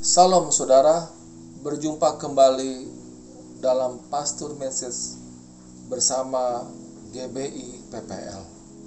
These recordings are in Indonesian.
Salam saudara, berjumpa kembali dalam Pastor Message bersama GBI PPL.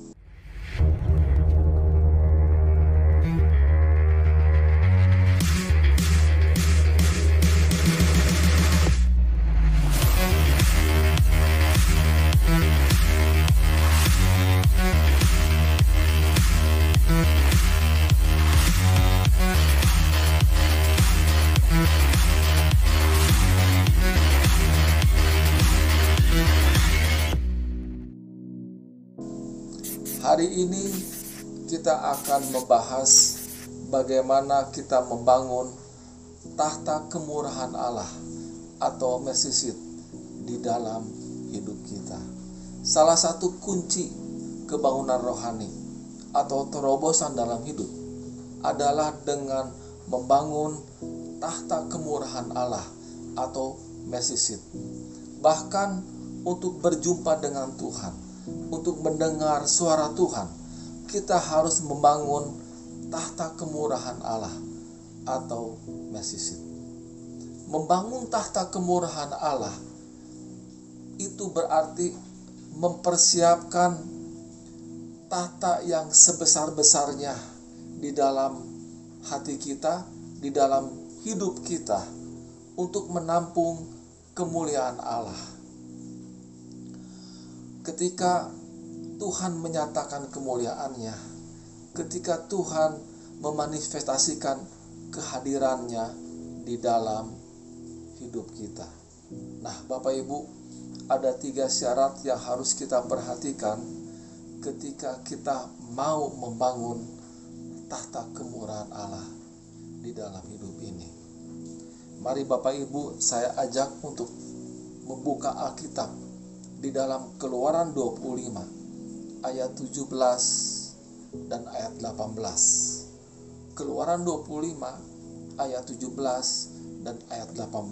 Hari ini kita akan membahas bagaimana kita membangun tahta kemurahan Allah atau mercy seat di dalam hidup kita. Salah satu kunci kebangunan rohani atau terobosan dalam hidup adalah dengan membangun tahta kemurahan Allah atau mercy seat. Bahkan untuk berjumpa dengan Tuhan, untuk mendengar suara Tuhan, kita harus membangun tahta kemurahan Allah atau mercy seat. Membangun tahta kemurahan Allah itu berarti mempersiapkan tahta yang sebesar-besarnya di dalam hati kita, di dalam hidup kita, untuk menampung kemuliaan Allah. Ketika Tuhan menyatakan kemuliaan-Nya, ketika Tuhan memanifestasikan kehadiran-Nya di dalam hidup kita. Nah, Bapak Ibu, ada 3 syarat yang harus kita perhatikan ketika kita mau membangun tahta kemurahan Allah di dalam hidup ini. Mari Bapak Ibu, saya ajak untuk membuka Alkitab di dalam Keluaran 25 ayat 17 dan ayat 18. Keluaran 25 ayat 17 dan ayat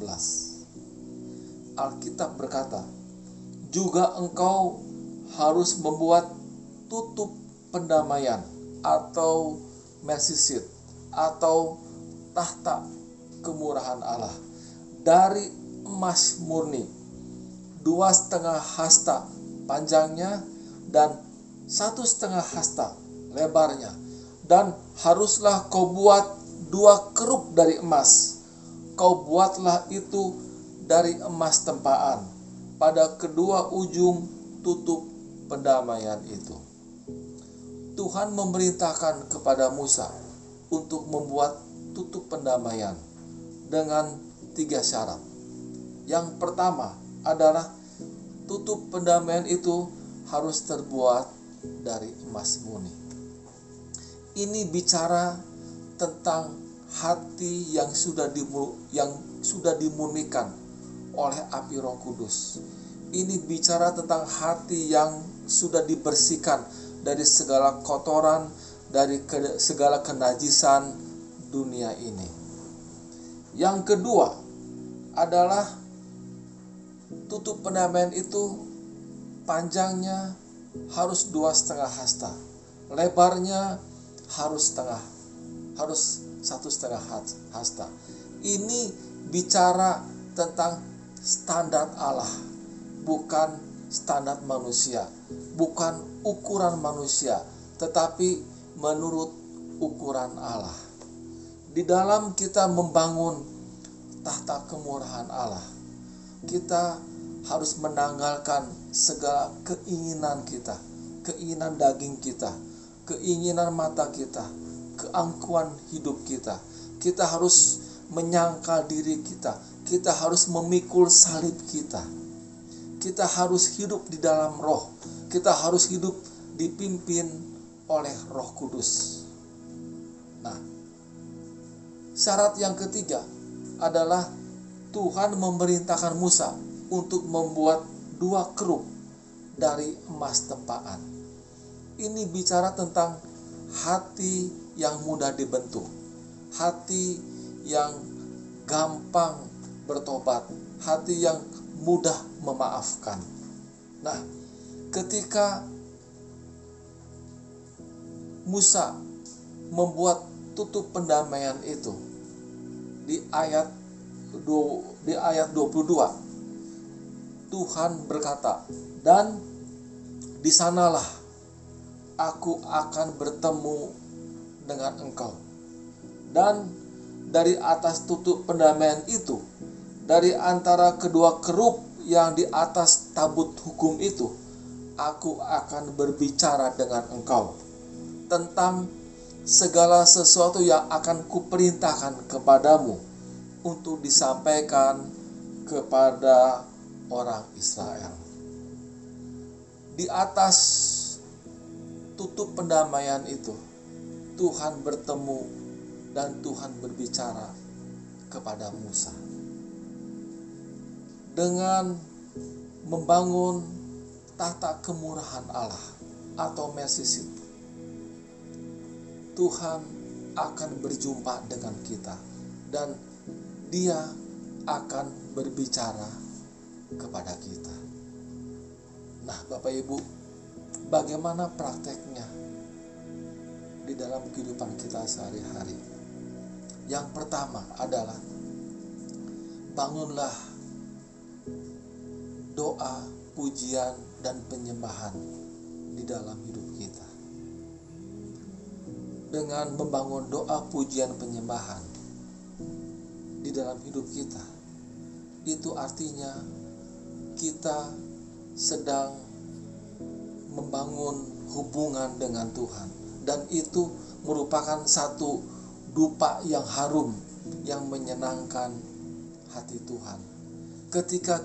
18. Alkitab berkata, "Juga engkau harus membuat tutup pendamaian atau mercy seat atau tahta kemurahan Allah dari emas murni, 2,5 hasta panjangnya dan 1,5 hasta lebarnya, dan haruslah kau buat 2 keruk dari emas. Kau buatlah itu dari emas tempaan pada kedua ujung tutup pendamaian itu." Tuhan memerintahkan kepada Musa untuk membuat tutup pendamaian dengan 3 syarat. Yang pertama adalah tutup pendamaian itu harus terbuat dari emas murni. Ini bicara tentang hati yang sudah dimurnikan oleh api Roh Kudus. Ini bicara tentang hati yang sudah dibersihkan dari segala kotoran, dari segala kenajisan dunia ini. Yang kedua adalah tutup pendamaian itu panjangnya harus 2,5 hasta, lebarnya harus 1,5 hasta. Ini bicara tentang standar Allah, bukan standar manusia, bukan ukuran manusia, tetapi menurut ukuran Allah. Di dalam kita membangun tahta kemurahan Allah, kita harus menanggalkan segala keinginan kita, keinginan daging kita, keinginan mata kita, keangkuhan hidup kita. Kita harus menyangkal diri kita, kita harus memikul salib kita. Kita harus hidup di dalam roh, kita harus hidup dipimpin oleh Roh Kudus. Nah, syarat yang ketiga adalah Tuhan memerintahkan Musa untuk membuat 2 keruk dari emas tempaan. Ini bicara tentang hati yang mudah dibentuk, hati yang gampang bertobat, hati yang mudah memaafkan. Nah, ketika Musa membuat tutup pendamaian itu, di ayat 22 Tuhan berkata, "Dan di sanalah aku akan bertemu dengan engkau. Dan dari atas tutup pendamaian itu, dari antara kedua kerub yang di atas tabut hukum itu, aku akan berbicara dengan engkau tentang segala sesuatu yang akan kuperintahkan kepadamu untuk disampaikan kepada orang Israel." Di atas tutup pendamaian itu, Tuhan bertemu dan Tuhan berbicara kepada Musa dengan membangun tata kemurahan Allah atau mercy seat. Tuhan akan berjumpa dengan kita dan Dia akan berbicara kepada kita. Nah, Bapak Ibu, bagaimana prakteknya di dalam kehidupan kita sehari-hari? Yang pertama adalah bangunlah doa, pujian, dan penyembahan di dalam hidup kita. Dengan membangun doa, pujian, penyembahan di dalam hidup kita, itu artinya kita sedang membangun hubungan dengan Tuhan, dan itu merupakan satu dupa yang harum yang menyenangkan hati Tuhan. Ketika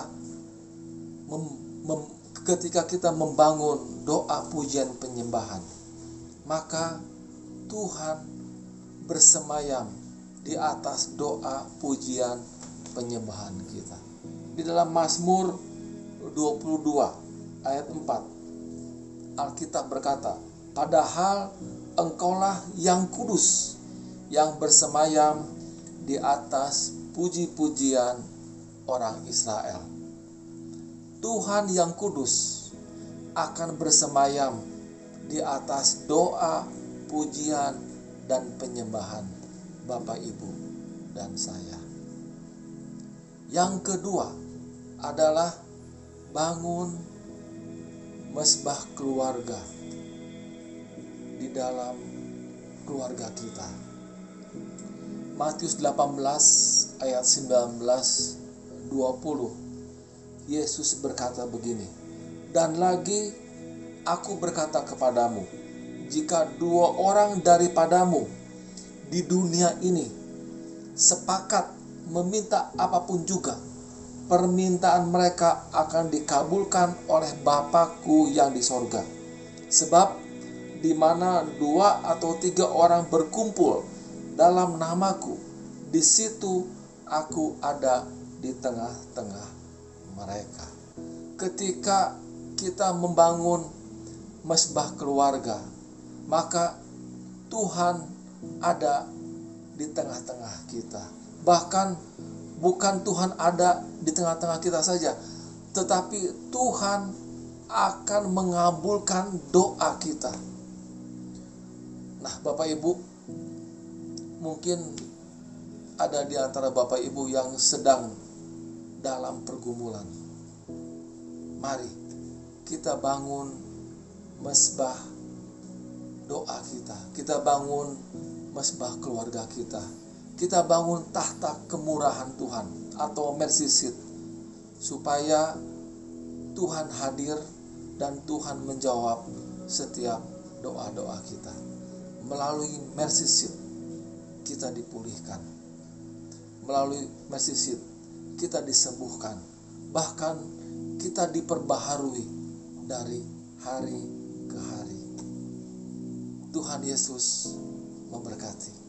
kita membangun doa, pujian, penyembahan, maka Tuhan bersemayam di atas doa, pujian, penyembahan kita. Di dalam Mazmur 22 ayat 4, Alkitab berkata, "Padahal Engkaulah yang kudus, yang bersemayam di atas puji-pujian orang Israel." Tuhan yang kudus akan bersemayam di atas doa, pujian, dan penyembahan Bapak, Ibu, dan saya. Yang kedua adalah bangun mesbah keluarga di dalam keluarga kita. Matius 18 ayat 19-20, Yesus berkata begini, "Dan lagi aku berkata kepadamu, jika 2 orang daripadamu di dunia ini sepakat meminta apapun juga, permintaan mereka akan dikabulkan oleh Bapa-Ku yang di sorga. Sebab di mana 2 atau 3 orang berkumpul dalam namaku, di situ aku ada di tengah-tengah mereka." Ketika kita membangun mesbah keluarga, maka Tuhan ada di tengah-tengah kita. Bahkan bukan Tuhan ada di tengah-tengah kita saja, tetapi Tuhan akan mengabulkan doa kita. Nah, Bapak Ibu, mungkin ada di antara Bapak Ibu yang sedang dalam pergumulan. Mari kita bangun mesbah doa kita. Kita bangun mesbah keluarga kita. Kita bangun tahta kemurahan Tuhan atau mercy seat, supaya Tuhan hadir dan Tuhan menjawab setiap doa-doa kita. Melalui mercy seat kita dipulihkan. Melalui mercy seat kita disembuhkan. Bahkan kita diperbaharui dari hari ke hari. Tuhan Yesus memberkati.